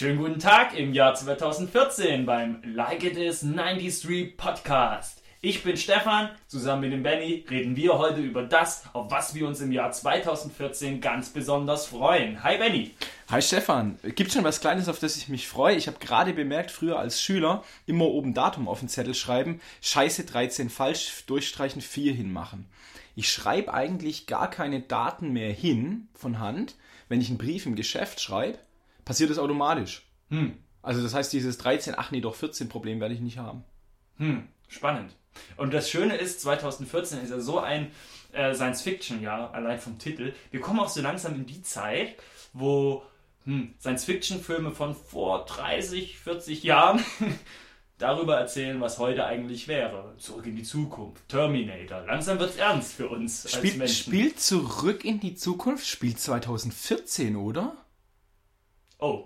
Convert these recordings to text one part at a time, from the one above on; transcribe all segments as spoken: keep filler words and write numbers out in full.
Schönen guten Tag im Jahr zweitausendvierzehn beim Like It Is neunundneunzig Podcast. Ich bin Stefan, zusammen mit dem Benny reden wir heute über das, auf was wir uns im Jahr zweitausendvierzehn ganz besonders freuen. Hi Benny. Hi Stefan. Gibt schon was Kleines, auf das ich mich freue? Ich habe gerade bemerkt, früher als Schüler immer oben Datum auf den Zettel schreiben, Scheiße dreizehn falsch, durchstreichen vier hinmachen. Ich schreibe eigentlich gar keine Daten mehr hin von Hand. Wenn ich einen Brief im Geschäft schreibe, passiert das automatisch. Hm. Also das heißt, dieses dreizehn, ach nee, doch vierzehn Problem werde ich nicht haben. Hm, spannend. Und das Schöne ist, zweitausendvierzehn ist ja so ein äh, Science-Fiction-Jahr, allein vom Titel. Wir kommen auch so langsam in die Zeit, wo hm, Science-Fiction-Filme von vor dreißig, vierzig Jahren darüber erzählen, was heute eigentlich wäre. Zurück in die Zukunft, Terminator. Langsam wird es ernst für uns als Spiel, Menschen. Spielt Zurück in die Zukunft, spielt zweitausendvierzehn, oder? Oh.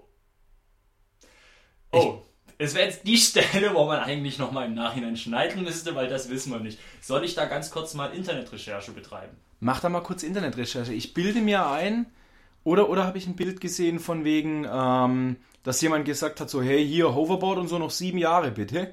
Oh. Es wäre jetzt die Stelle, wo man eigentlich nochmal im Nachhinein schneiden müsste, weil das wissen wir nicht. Soll ich da ganz kurz mal Internetrecherche betreiben? Mach da mal kurz Internetrecherche. Ich bilde mir ein, oder, oder habe ich ein Bild gesehen von wegen, ähm, dass jemand gesagt hat, so, hey, hier, Hoverboard und so, noch sieben Jahre bitte.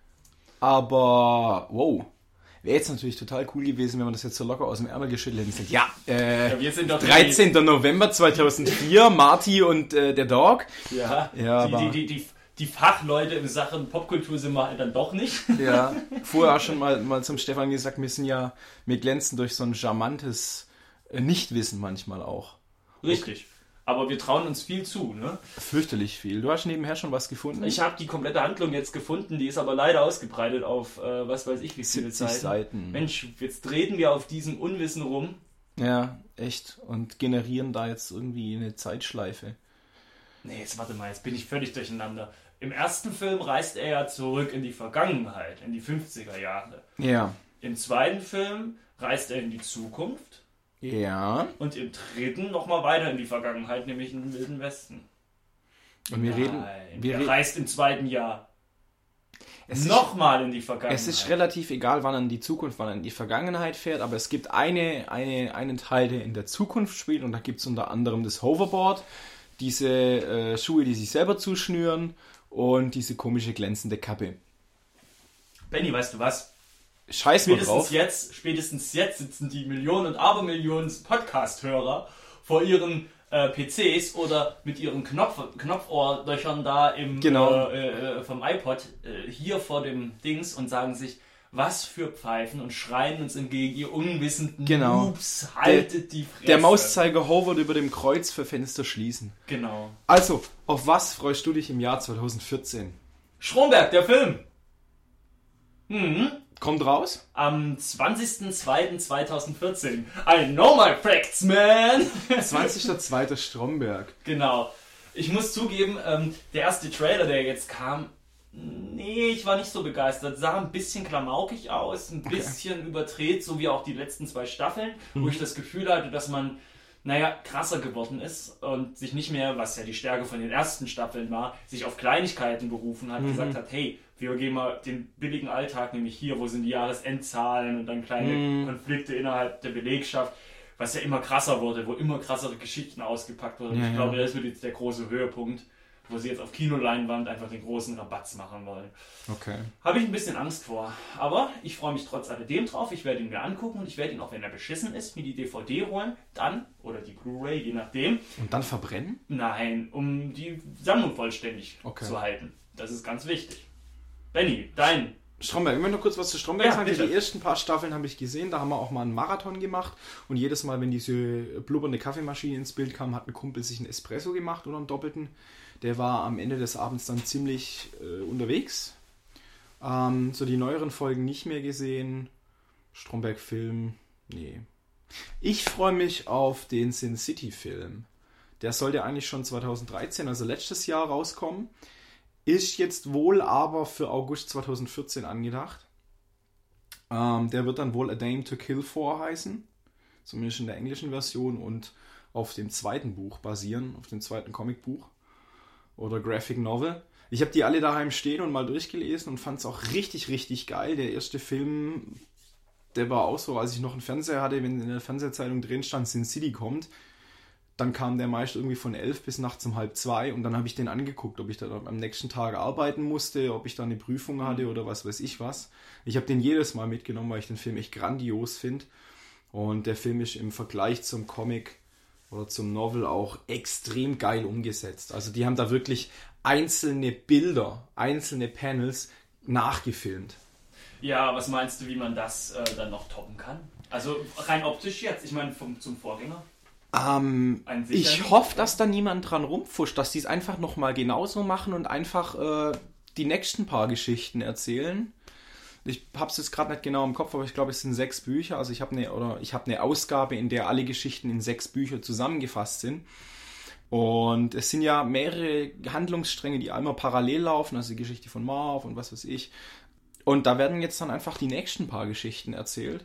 Aber, wow. Wäre jetzt natürlich total cool gewesen, wenn man das jetzt so locker aus dem Ärmel geschüttelt hätte. Ja, äh, ja, wir sind doch dreizehnten November zweitausendvier, Marty und äh, der Dog. Ja, ja die, die, die, die, die Fachleute in Sachen Popkultur sind wir halt dann doch nicht. Ja, vorher auch schon mal, mal zum Stefan gesagt, wir sind ja, wir glänzen durch so ein charmantes äh, Nichtwissen manchmal auch. Richtig. Okay. Aber wir trauen uns viel zu, ne? Fürchterlich viel. Du hast nebenher schon was gefunden? Ich habe die komplette Handlung jetzt gefunden, die ist aber leider ausgebreitet auf, äh, was weiß ich, wie viele Seiten. Seiten. Mensch, jetzt reden wir auf diesem Unwissen rum. Ja, echt. Und generieren da jetzt irgendwie eine Zeitschleife. Nee, jetzt warte mal, jetzt bin ich völlig durcheinander. Im ersten Film reist er ja zurück in die Vergangenheit, in die fünfziger Jahre. Ja. Im zweiten Film reist er in die Zukunft. Ja. Und im dritten nochmal weiter in die Vergangenheit, nämlich in den Wilden Westen. Und wir Nein, reden... Wir er re- reist im zweiten Jahr es nochmal in die Vergangenheit. Es ist relativ egal, wann er in die Zukunft, wann er in die Vergangenheit fährt, aber es gibt eine, eine, einen Teil, der in der Zukunft spielt, und da gibt es unter anderem das Hoverboard, diese äh, Schuhe, die sich selber zuschnüren, und diese komische glänzende Kappe. Benni, weißt du was? Scheiß mal drauf. Jetzt, spätestens jetzt sitzen die Millionen und Abermillionen Podcast-Hörer vor ihren äh, P Cs oder mit ihren Knopf, Knopfohrlöchern da im, genau. äh, äh, vom iPod äh, hier vor dem Dings und sagen sich, was für Pfeifen, und schreien uns entgegen, ihr unwissenden genau. Noobs, haltet der, die Fresse. Der Mauszeiger hovert über dem Kreuz für Fenster schließen. Genau. Also, auf was freust du dich im Jahr zweitausendvierzehn? Stromberg, der Film. Mhm. Kommt raus? Am zwanzigsten zweiten zweitausendvierzehn. I know my facts, man! zwanzigster zweiter Stromberg. Genau. Ich muss zugeben, ähm, der erste Trailer, der jetzt kam, nee, ich war nicht so begeistert. Sah ein bisschen klamaukig aus, ein bisschen okay. überdreht, so wie auch die letzten zwei Staffeln, mhm. wo ich das Gefühl hatte, dass man, naja, krasser geworden ist und sich nicht mehr, was ja die Stärke von den ersten Staffeln war, sich auf Kleinigkeiten berufen hat, mhm. gesagt hat, hey, wir gehen mal den billigen Alltag, nämlich hier, wo sind die Jahresendzahlen und dann kleine mm. Konflikte innerhalb der Belegschaft, was ja immer krasser wurde, wo immer krassere Geschichten ausgepackt wurden. Ja, ich glaube, ja. das wird jetzt der große Höhepunkt, wo sie jetzt auf Kinoleinwand einfach den großen Rabatz machen wollen. Okay. Habe ich ein bisschen Angst vor. Aber ich freue mich trotz alledem drauf. Ich werde ihn mir angucken und ich werde ihn, auch wenn er beschissen ist, mir die D V D holen, dann, oder die Blu-ray, je nachdem. Und dann verbrennen? Nein, um die Sammlung vollständig okay. zu halten. Das ist ganz wichtig. Benni, dein... Stromberg, ich möchte noch kurz was zu Stromberg ja, sagen. bitte. Die ersten paar Staffeln habe ich gesehen, da haben wir auch mal einen Marathon gemacht, und jedes Mal, wenn diese blubbernde Kaffeemaschine ins Bild kam, hat ein Kumpel sich einen Espresso gemacht oder einen doppelten. Der war am Ende des Abends dann ziemlich äh, unterwegs. Ähm, so die neueren Folgen nicht mehr gesehen. Stromberg-Film, nee. Ich freue mich auf den Sin City-Film. Der sollte eigentlich schon zweitausenddreizehn, also letztes Jahr, rauskommen. Ist jetzt wohl aber für August zweitausendvierzehn angedacht. Ähm, der wird dann wohl A Dame to Kill For heißen. Zumindest in der englischen Version, und auf dem zweiten Buch basieren, auf dem zweiten Comicbuch oder Graphic Novel. Ich habe die alle daheim stehen und mal durchgelesen und fand es auch richtig, richtig geil. Der erste Film, der war auch so, als ich noch einen Fernseher hatte, wenn in der Fernsehzeitung drin stand, Sin City kommt. dann kam der meist irgendwie von elf bis nachts um halb zwei und dann habe ich den angeguckt, ob ich dann am nächsten Tag arbeiten musste, ob ich da eine Prüfung hatte oder was weiß ich was. Ich habe den jedes Mal mitgenommen, weil ich den Film echt grandios finde. Und der Film ist im Vergleich zum Comic oder zum Novel auch extrem geil umgesetzt. Also die haben da wirklich einzelne Bilder, einzelne Panels nachgefilmt. Ja, was meinst du, wie man das äh, dann noch toppen kann? Also rein optisch jetzt, ich meine vom, zum Vorgänger? Ähm, ich hoffe, dass da niemand dran rumfuscht, dass die es einfach nochmal genauso machen und einfach äh, die nächsten paar Geschichten erzählen. Ich habe es jetzt gerade nicht genau im Kopf, aber ich glaube, es sind sechs Bücher. Also ich habe eine oder ich habe eine Ausgabe, in der alle Geschichten in sechs Bücher zusammengefasst sind. Und es sind ja mehrere Handlungsstränge, die einmal parallel laufen, also die Geschichte von Marv und was weiß ich. Und da werden jetzt dann einfach die nächsten paar Geschichten erzählt.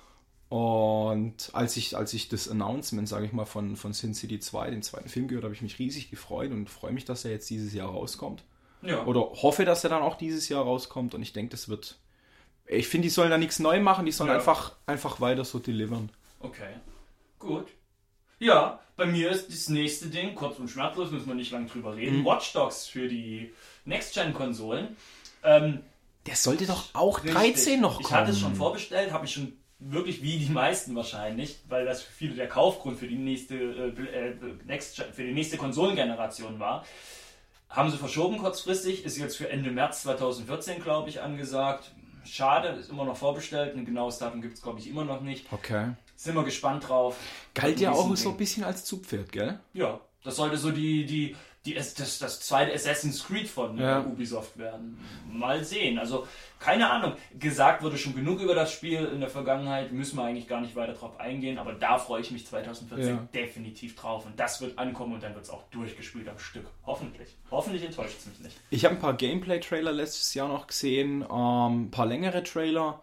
Und als ich, als ich das Announcement, sage ich mal, von, von Sin City zwei, dem zweiten Film gehört, habe ich mich riesig gefreut und freue mich, dass er jetzt dieses Jahr rauskommt. Ja. Oder hoffe, dass er dann auch dieses Jahr rauskommt und ich denke, das wird... Ich finde, die sollen da nichts neu machen, die sollen ja. einfach, einfach weiter so delivern. Okay, gut. Ja, bei mir ist das nächste Ding, kurz und schmerzlos, müssen wir nicht lange drüber reden, mhm. Watch Dogs für die Next-Gen-Konsolen. Ähm, Der sollte doch auch dreizehn noch kommen. Ich hatte es schon vorbestellt, habe ich schon wirklich wie die meisten wahrscheinlich, weil das für viele der Kaufgrund für die nächste, äh, Next, für die nächste Konsolengeneration war. Haben sie verschoben kurzfristig, ist jetzt für Ende März zweitausendvierzehn, glaube ich, angesagt. Schade, ist immer noch vorbestellt, ein genaues Datum gibt es, glaube ich, immer noch nicht. Okay. Sind wir gespannt drauf. Galt ja auch so ein bisschen als Zugpferd, gell? Ja, das sollte so die, die, die das, das zweite Assassin's Creed von ja. Ubisoft werden. Mal sehen. Also, keine Ahnung. Gesagt wurde schon genug über das Spiel in der Vergangenheit. Müssen wir eigentlich gar nicht weiter drauf eingehen. Aber da freue ich mich zweitausendvierzehn ja. definitiv drauf. Und das wird ankommen und dann wird es auch durchgespielt am Stück. Hoffentlich. Hoffentlich enttäuscht es mich nicht. Ich habe ein paar Gameplay-Trailer letztes Jahr noch gesehen. Ähm, ein paar längere Trailer.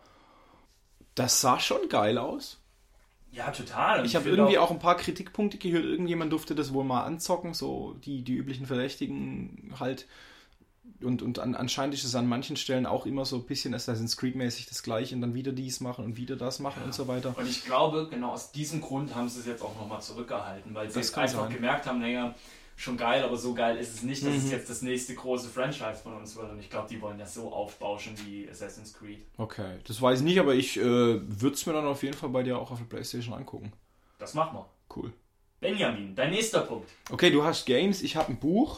Das sah schon geil aus. Ja, total. Und ich habe irgendwie auch, auch ein paar Kritikpunkte gehört. Irgendjemand durfte das wohl mal anzocken, so die, die üblichen Verdächtigen halt. Und, und an, anscheinend ist es an manchen Stellen auch immer so ein bisschen Assassin's Creed-mäßig das Gleiche und dann wieder dies machen und wieder das machen ja. und so weiter. Und ich glaube, genau aus diesem Grund haben sie es jetzt auch nochmal zurückgehalten, weil sie jetzt einfach sein. gemerkt haben, naja, schon geil, aber so geil ist es nicht, dass mhm. es jetzt das nächste große Franchise von uns wird. Und ich glaube, die wollen das so aufbauschen wie Assassin's Creed. Okay, das weiß ich nicht, aber ich äh, würde es mir dann auf jeden Fall bei dir auch auf der PlayStation angucken. Das machen wir. Cool. Benjamin, dein nächster Punkt. Okay, du hast Games, ich habe ein Buch.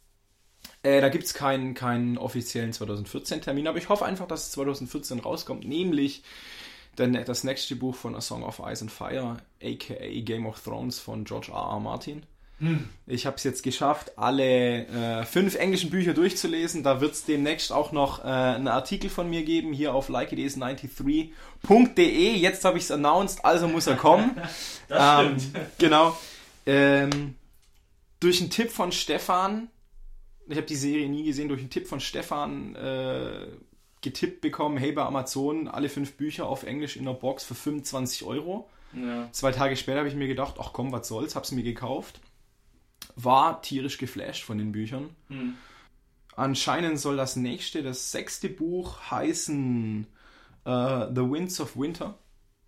Äh, da gibt es keinen, keinen offiziellen zweitausendvierzehn-Termin, aber ich hoffe einfach, dass es zweitausendvierzehn rauskommt, nämlich dann das nächste Buch von A Song of Ice and Fire, aka Game of Thrones von George R R. Martin. Hm. Ich habe es jetzt geschafft, alle äh, fünf englischen Bücher durchzulesen. Da wird es demnächst auch noch äh, einen Artikel von mir geben, hier auf like it is ninety-three punkt de. Jetzt habe ich es announced, also muss er kommen. Das ähm, stimmt. Genau. Ähm, durch einen Tipp von Stefan, ich habe die Serie nie gesehen, durch einen Tipp von Stefan äh, getippt bekommen, hey, bei Amazon alle fünf Bücher auf Englisch in der Box für fünfundzwanzig Euro. Ja. Zwei Tage später habe ich mir gedacht, ach komm, was soll's, hab's mir gekauft. War tierisch geflasht von den Büchern. Hm. Anscheinend soll das nächste, das sechste Buch heißen uh, The Winds of Winter.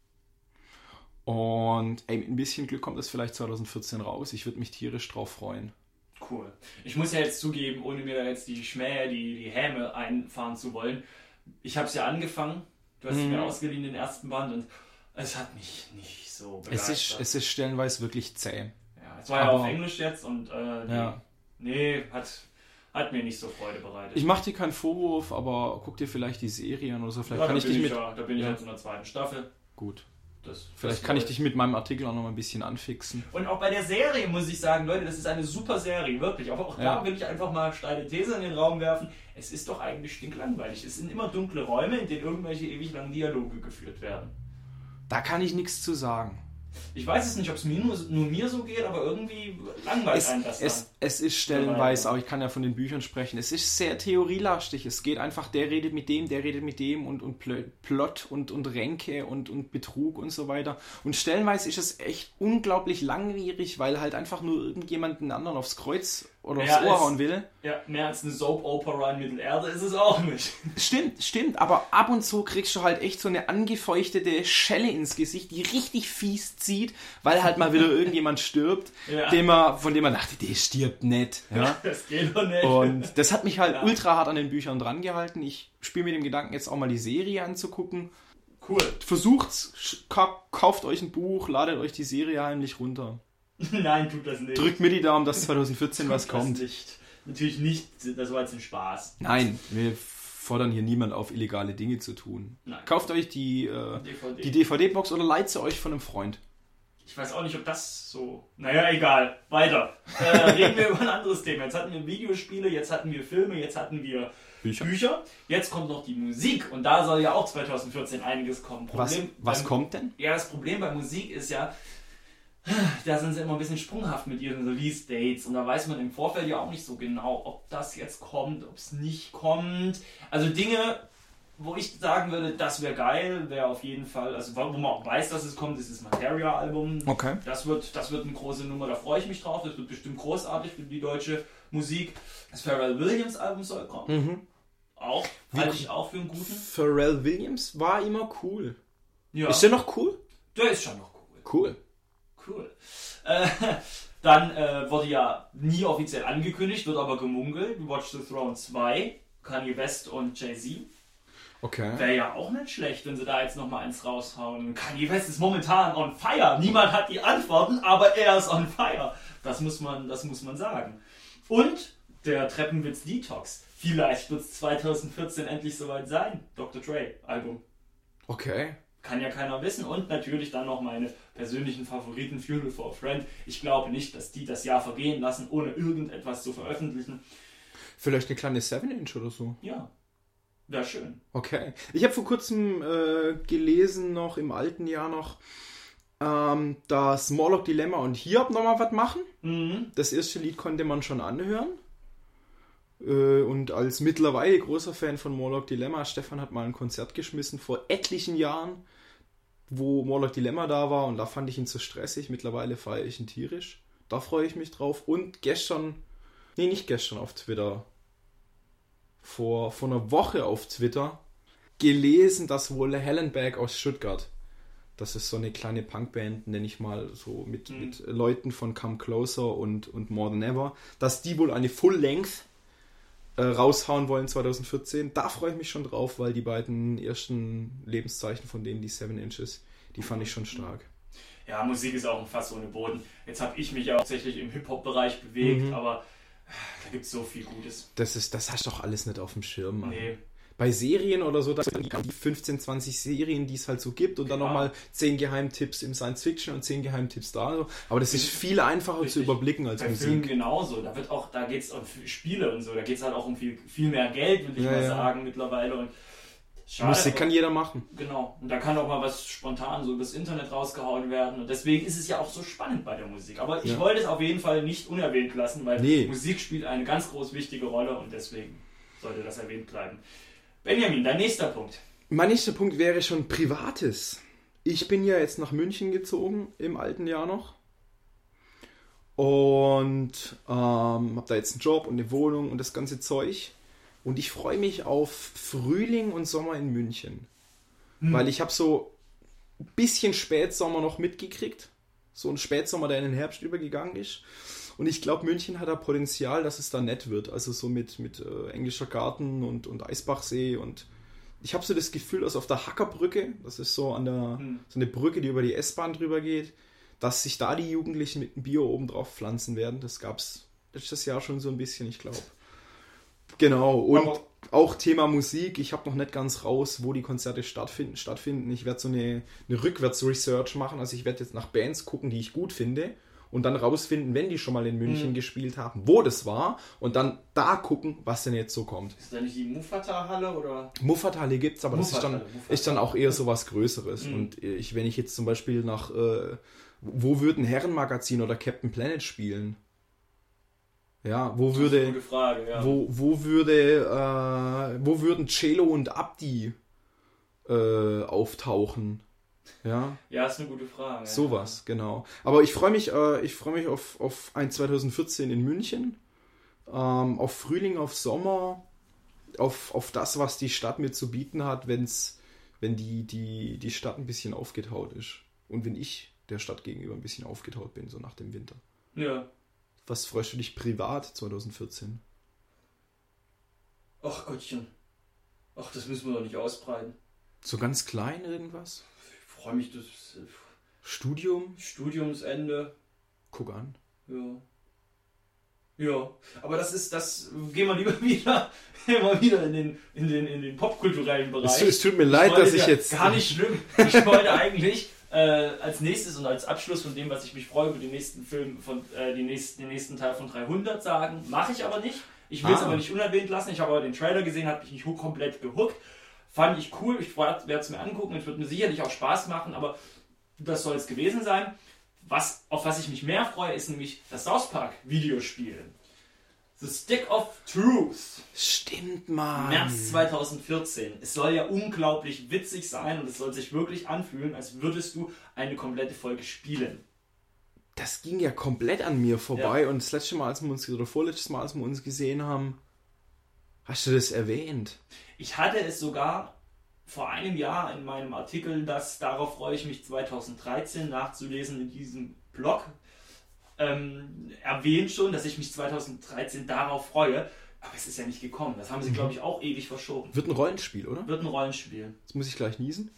Und ey, mit ein bisschen Glück kommt das vielleicht zweitausendvierzehn raus. Ich würde mich tierisch drauf freuen. Cool. Ich muss ja jetzt zugeben, ohne mir da jetzt die Schmähe, die, die Häme einfahren zu wollen, ich habe es ja angefangen, du hast mhm. mir ausgeliehen den ersten Band und es hat mich nicht so begeistert. Es ist, es ist stellenweise wirklich zäh. Ja, es war ja auf Englisch jetzt und äh, die, ja. nee, hat, hat mir nicht so Freude bereitet. Ich mache dir keinen Vorwurf, aber guck dir vielleicht die Serie an oder so. Vielleicht ja, kann ich dich ich mit. Ja, da bin ich ja. jetzt in der zweiten Staffel. Gut. Das, Vielleicht das kann ich dich mit meinem Artikel auch noch mal ein bisschen anfixen. Und auch bei der Serie muss ich sagen, Leute, das ist eine super Serie, wirklich. Aber auch ja. da will ich einfach mal steile These in den Raum werfen. Es ist doch eigentlich stinklangweilig. Es sind immer dunkle Räume, in denen irgendwelche ewig langen Dialoge geführt werden. Da kann ich nichts zu sagen. Ich weiß es nicht, ob es mir nur, nur mir so geht, aber irgendwie langweilt es, einen das es, dann. Es ist stellenweise, aber ich kann ja von den Büchern sprechen, es ist sehr theorielastig. Es geht einfach, der redet mit dem, der redet mit dem und, und Plot und, und Ränke und, und Betrug und so weiter. Und stellenweise ist es echt unglaublich langwierig, weil halt einfach nur irgendjemand einen anderen aufs Kreuz oder mehr aufs Ohr als, hauen will. Ja, mehr als eine Soap-Opera in Mittelerde ist es auch nicht. Stimmt, stimmt, aber ab und zu kriegst du halt echt so eine angefeuchtete Schelle ins Gesicht, die richtig fies zieht, weil halt mal wieder irgendjemand stirbt, Ja. dem man, von dem man dachte, der stirbt nicht. Ja? Das geht doch nicht. Und das hat mich halt Ja. ultra hart an den Büchern dran gehalten. Ich spiele mit dem Gedanken, jetzt auch mal die Serie anzugucken. Cool. Versucht's, sch- ka- kauft euch ein Buch, ladet euch die Serie heimlich runter. Nein, tut das nicht. Drückt mir die Daumen, dass zwanzig vierzehn Tut was das kommt. Nicht. Natürlich nicht, das war jetzt ein Spaß. Nein, wir fordern hier niemand auf, illegale Dinge zu tun. Nein. Kauft euch die, äh, D V D. die D V D-Box oder leiht sie euch von einem Freund. Ich weiß auch nicht, ob das so... Naja, egal. Weiter. Äh, reden wir über ein anderes Thema. Jetzt hatten wir Videospiele, jetzt hatten wir Filme, jetzt hatten wir Bücher. Bücher. Jetzt kommt noch die Musik. Und da soll ja auch zwanzig vierzehn einiges kommen. Was, Problem was beim- kommt denn? Ja, das Problem bei Musik ist ja, da sind sie immer ein bisschen sprunghaft mit ihren Release-Dates. Und da weiß man im Vorfeld ja auch nicht so genau, ob das jetzt kommt, ob es nicht kommt. Also Dinge... Wo ich sagen würde, das wäre geil, wäre auf jeden Fall, also wo man auch weiß, dass es kommt, ist das Materia-Album. Okay. Das wird, das wird eine große Nummer, da freue ich mich drauf. Das wird bestimmt großartig für die deutsche Musik. Das Pharrell Williams-Album soll kommen. Mhm. Auch, Wie- halte ich auch für einen guten. Pharrell Williams war immer cool. Ja, Ist der noch cool? der ist schon noch cool. Cool. Cool. Äh, dann äh, wurde ja nie offiziell angekündigt, wird aber gemunkelt. Watch the Throne zwei, Kanye West und Jay-Z. Okay. Wäre ja auch nicht schlecht, wenn sie da jetzt nochmal eins raushauen. Kanye West ist momentan on fire. Niemand hat die Antworten, aber er ist on fire. Das muss man, das muss man sagen. Und der Treppenwitz Detox. Vielleicht wird es zwanzig vierzehn endlich soweit sein. Doktor Dre Album. Okay. Kann ja keiner wissen. Und natürlich dann noch meine persönlichen Favoriten Funeral for a Friend. Ich glaube nicht, dass die das Jahr vergehen lassen, ohne irgendetwas zu veröffentlichen. Vielleicht eine kleine seven Inch oder so. Ja, wäre schön. Okay. Ich habe vor kurzem äh, gelesen, noch im alten Jahr noch, ähm, dass Morlock Dilemma und Hiob nochmal was machen. Mhm. Das erste Lied konnte man schon anhören. Äh, und als mittlerweile großer Fan von Morlock Dilemma, Stefan hat mal ein Konzert geschmissen vor etlichen Jahren, wo Morlock Dilemma da war und da fand ich ihn zu stressig. Mittlerweile feiere ich ihn tierisch. Da freue ich mich drauf. Und gestern, nee, nicht gestern auf Twitter, vor, vor einer Woche auf Twitter gelesen, dass wohl Hellenberg aus Stuttgart, das ist so eine kleine Punkband, nenne ich mal, so mit, Mhm. mit Leuten von Come Closer und, und More Than Ever, dass die wohl eine Full-Length äh, raushauen wollen zwanzig vierzehn. Da freue ich mich schon drauf, weil die beiden ersten Lebenszeichen von denen, die seven Inches, die fand ich schon stark. Ja, Musik ist auch ein Fass ohne Boden. Jetzt habe ich mich ja hauptsächlich im Hip-Hop-Bereich bewegt, Mhm. aber da gibt es so viel Gutes. Das ist, das hast du doch alles nicht auf dem Schirm, Mann. Nee. Bei Serien oder so, da sind die fünfzehn, zwanzig Serien, die es halt so gibt und dann Ja. nochmal zehn Geheimtipps im Science Fiction und zehn Geheimtipps da. Aber das ist viel einfacher Richtig. zu überblicken als Bei Filmen Musik. genauso. Da wird auch, da geht es um Spiele und so. Da geht es halt auch um viel, viel mehr Geld, würde ich Ja, mal ja. sagen, mittlerweile. Und schade, Musik aber- kann jeder machen. Genau. Und da kann auch mal was spontan so übers Internet rausgehauen werden. Und deswegen ist es ja auch so spannend bei der Musik. Aber ich Ja. wollte es auf jeden Fall nicht unerwähnt lassen, weil Nee. Musik spielt eine ganz groß wichtige Rolle und deswegen sollte das erwähnt bleiben. Benjamin, dein nächster Punkt. Mein nächster Punkt wäre schon Privates. Ich bin ja jetzt nach München gezogen, im alten Jahr noch. Und ähm, habe da jetzt einen Job und eine Wohnung und das ganze Zeug. Und ich freue mich auf Frühling und Sommer in München. Hm. Weil ich habe so ein bisschen Spätsommer noch mitgekriegt. So ein Spätsommer, der in den Herbst übergegangen ist. Und ich glaube, München hat da Potenzial, dass es da nett wird. Also so mit, mit äh, Englischer Garten und, und Eisbachsee. Und ich habe so das Gefühl, dass auf der Hackerbrücke, das ist so an der Hm. so eine Brücke, die über die S-Bahn drüber geht, dass sich da die Jugendlichen mit einem Bier oben drauf pflanzen werden. Das gab es letztes Jahr schon so ein bisschen, ich glaube. Genau. Und Aber- auch Thema Musik. Ich habe noch nicht ganz raus, wo die Konzerte stattfinden. stattfinden. Ich werde so eine, eine Rückwärts-Research machen. Also ich werde jetzt nach Bands gucken, die ich gut finde. Und dann rausfinden, wenn die schon mal in München Mhm. gespielt haben, wo das war. Und dann da gucken, was denn jetzt so kommt. Ist da nicht die Mufata-Halle oder? Muffathalle gibt es, aber das ist dann, Muffathalle, Muffathalle. ist dann auch eher so was Größeres. Mhm. Und ich, wenn ich jetzt zum Beispiel nach, äh, wo würden Herrenmagazin oder Captain Planet spielen? Ja, wo Das ist eine würde, gute Frage, ja. wo, wo würde, äh, wo würden Celo und Abdi äh, auftauchen? Ja, Ja, ist eine gute Frage. sowas, genau. Aber ich freue mich, äh, ich freue mich auf, auf ein zwanzig vierzehn in München. ähm, auf Frühling, auf Sommer, auf, auf das, was die Stadt mir zu bieten hat, wenn's, wenn die, die, die Stadt ein bisschen aufgetaut ist. Und wenn ich der Stadt gegenüber ein bisschen aufgetaut bin, so nach dem Winter. Ja. Was freust du dich privat zwanzig vierzehn? Ach Gottchen. Ach, das müssen wir doch nicht ausbreiten. So ganz klein irgendwas? Ich freue mich, das Studium? Studiumsende. Guck an. Ja. Ja, aber das ist, das gehen wir lieber wieder, immer wieder in den, in den, in den popkulturellen Bereich. Es, es tut mir leid, dass ich ja jetzt... Gar nicht schlimm. Ich wollte eigentlich äh, als nächstes und als Abschluss von dem, was ich mich freue, über den nächsten Film, von äh, die nächsten, den nächsten Teil von dreihundert sagen. Mache ich aber nicht. Ich will es Ah. aber nicht unerwähnt lassen. Ich habe aber den Trailer gesehen, hat mich nicht komplett gehuckt. Fand ich cool. Ich werde es mir angucken. Es wird mir sicherlich auch Spaß machen, aber das soll es gewesen sein. Was, auf was ich mich mehr freue, ist nämlich das South Park Videospiel. The Stick of Truth. Stimmt, Mann. März zwanzig vierzehn. Es soll ja unglaublich witzig sein und es soll sich wirklich anfühlen, als würdest du eine komplette Folge spielen. Das ging ja komplett an mir vorbei. Ja. Und das letzte Mal, als wir uns, oder vorletztes Mal, als wir uns gesehen haben, hast du das erwähnt? Ich hatte es sogar vor einem Jahr in meinem Artikel, das darauf freue ich mich zwanzig dreizehn nachzulesen in diesem Blog, ähm, erwähnt schon, dass ich mich zwanzig dreizehn darauf freue. Aber es ist ja nicht gekommen. Das haben sie, mhm. glaube ich, auch ewig verschoben. Wird ein Rollenspiel, oder? Wird ein Rollenspiel. Jetzt muss ich gleich niesen.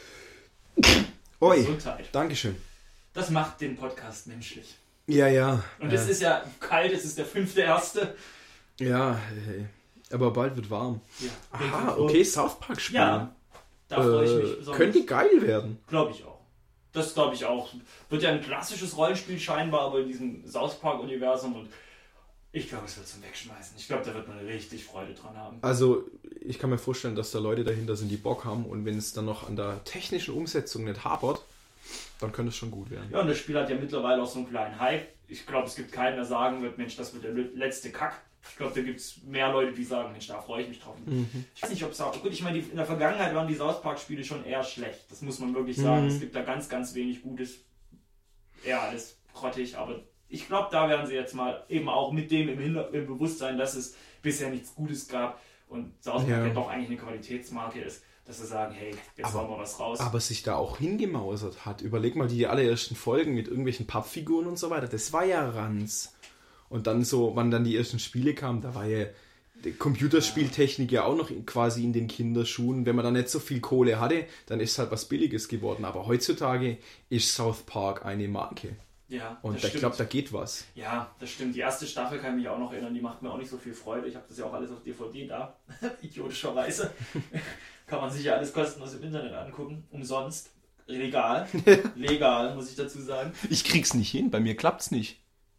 Oi, Gesundheit. Dankeschön. Das macht den Podcast menschlich. Ja, ja. Und es äh. ist ja kalt, es ist der fünfte erste. Ja, hey. Aber bald wird warm. Ja. Aha, okay, South Park spielen. Ja, da freue ich mich äh, besonders. Könnte geil werden. Glaube ich auch. Das glaube ich auch. Wird ja ein klassisches Rollenspiel scheinbar, aber in diesem South Park-Universum und ich glaube, es wird zum Wegschmeißen. Ich glaube, da wird man richtig Freude dran haben. Also, ich kann mir vorstellen, dass da Leute dahinter sind, die Bock haben und wenn es dann noch an der technischen Umsetzung nicht hapert, dann könnte es schon gut werden. Ja, und das Spiel hat ja mittlerweile auch so einen kleinen Hype. Ich glaube, es gibt keinen, der sagen wird, Mensch, das wird der letzte Kack. Ich glaube, da gibt es mehr Leute, die sagen, Mensch, da freue ich mich drauf. Mhm. Ich weiß nicht, ob es auch... Gut, ich meine, in der Vergangenheit waren die South Park-Spiele schon eher schlecht. Das muss man wirklich sagen. Mhm. Es gibt da ganz, ganz wenig Gutes. Eher alles grottig, aber ich glaube, da werden sie jetzt mal eben auch mit dem im, Hinter- im Bewusstsein, dass es bisher nichts Gutes gab und South Park ja. ja doch eigentlich eine Qualitätsmarke ist, dass sie sagen, hey, jetzt aber, hauen wir was raus. Aber sich da auch hingemausert hat. Überleg mal die allerersten Folgen mit irgendwelchen Pappfiguren und so weiter. Das war ja Ranz. Und dann so, wann dann die ersten Spiele kamen, da war ja die Computerspieltechnik ja auch noch in, quasi in den Kinderschuhen. Wenn man da nicht so viel Kohle hatte, dann ist halt was Billiges geworden. Aber heutzutage ist South Park eine Marke. Ja, und ich glaube, da geht was. Ja, das stimmt. Die erste Staffel kann ich mich auch noch erinnern, die macht mir auch nicht so viel Freude. Ich habe das ja auch alles auf D V D da, idiotischerweise. Kann man sich ja alles kostenlos im Internet angucken, umsonst. Legal, legal, muss ich dazu sagen. Ich krieg's nicht hin, bei mir klappt's nicht.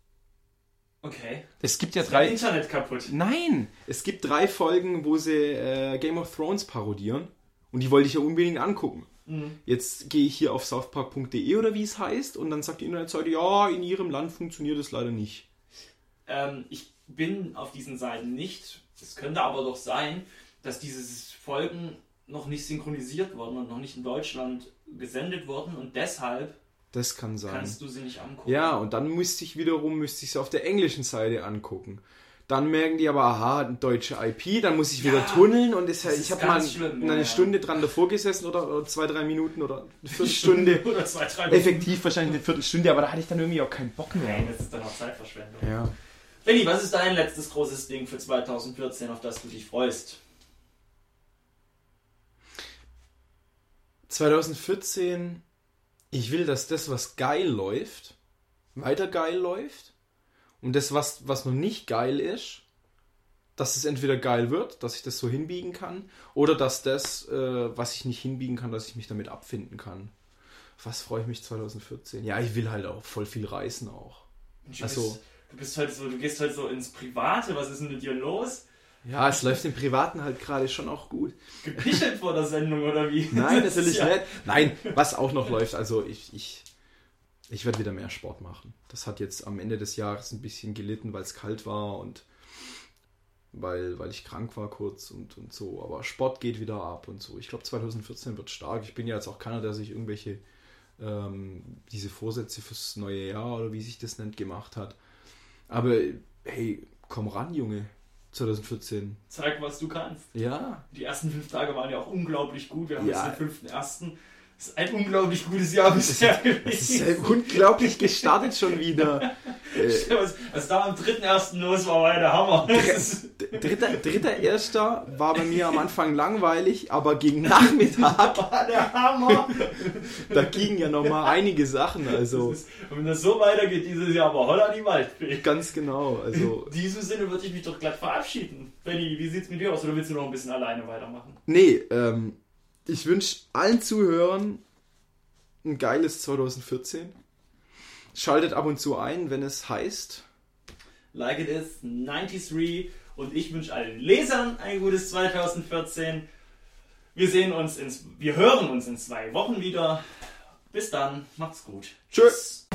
Okay. Es gibt ja ist drei... Internet kaputt. Nein, es gibt drei Folgen, wo sie äh, Game of Thrones parodieren und die wollte ich ja unbedingt angucken. Mhm. Jetzt gehe ich hier auf southpark punkt de oder wie es heißt und dann sagt die Internetseite, ja, in ihrem Land funktioniert es leider nicht. Ähm, ich bin auf diesen Seiten nicht. Es könnte aber doch sein, dass diese Folgen noch nicht synchronisiert wurden und noch nicht in Deutschland gesendet wurden und deshalb das kann sein. Kannst du sie nicht angucken. Ja, und dann müsste ich wiederum müsste ich sie auf der englischen Seite angucken. Dann merken die aber, aha, deutsche I P, dann muss ich wieder ja, tunneln und es, ich habe mal schlimm, eine ja, Stunde dran davor gesessen oder, oder zwei, drei Minuten oder eine Viertelstunde. oder zwei, drei Minuten. Effektiv wahrscheinlich eine Viertelstunde, aber da hatte ich dann irgendwie auch keinen Bock mehr. Nein, das ist dann auch Zeitverschwendung. Ja. Benni, was ist dein letztes großes Ding für zwanzig vierzehn, auf das du dich freust? zwanzig vierzehn, ich will, dass das, was geil läuft, weiter geil läuft. Und das, was, was noch nicht geil ist, dass es entweder geil wird, dass ich das so hinbiegen kann, oder dass das, äh, was ich nicht hinbiegen kann, dass ich mich damit abfinden kann. Auf was freue ich mich zwanzig vierzehn? Ja, ich will halt auch voll viel reisen auch. Du also, bist, du bist halt so, du gehst halt so ins Private, was ist denn mit dir los? Ja, es läuft im Privaten halt gerade schon auch gut. Gepichelt vor der Sendung, oder wie? Nein, natürlich ja. nicht. Nein, was auch noch läuft, also ich, ich, ich werde wieder mehr Sport machen. Das hat jetzt am Ende des Jahres ein bisschen gelitten, weil es kalt war und weil, weil ich krank war kurz und, und so. Aber Sport geht wieder ab und so. Ich glaube, zwanzig vierzehn wird stark. Ich bin ja jetzt auch keiner, der sich irgendwelche ähm, diese Vorsätze fürs neue Jahr oder wie sich das nennt, gemacht hat. Aber hey, Komm ran, Junge. zwanzig vierzehn. Zeig, was du kannst. Ja. Die ersten fünf Tage waren ja auch unglaublich gut. Wir haben Ja. jetzt den fünften ersten. Das ist ein unglaublich gutes Jahr bisher Das ist ja unglaublich gestartet schon wieder. Äh, Was, was da am dritten ersten los war, war ja der Hammer. Das ist, dritter, dritter Erster war bei mir am Anfang langweilig, aber gegen Nachmittag, war der Hammer. da gingen ja nochmal einige Sachen. Also Das ist, und wenn das so weitergeht dieses Jahr, aber Holla die Waldfee. ganz genau. Also In diesem Sinne würde ich mich doch glatt verabschieden. Benni, wie sieht's mit dir aus? Oder willst du noch ein bisschen alleine weitermachen? nee, ähm, ich wünsche allen Zuhörern ein geiles zwanzig vierzehn. Schaltet ab und zu ein, wenn es heißt Like it is dreiundneunzig und ich wünsche allen Lesern ein gutes zwanzig vierzehn. Wir sehen uns in, wir hören uns in zwei Wochen wieder. Bis dann, macht's gut. Tschüss.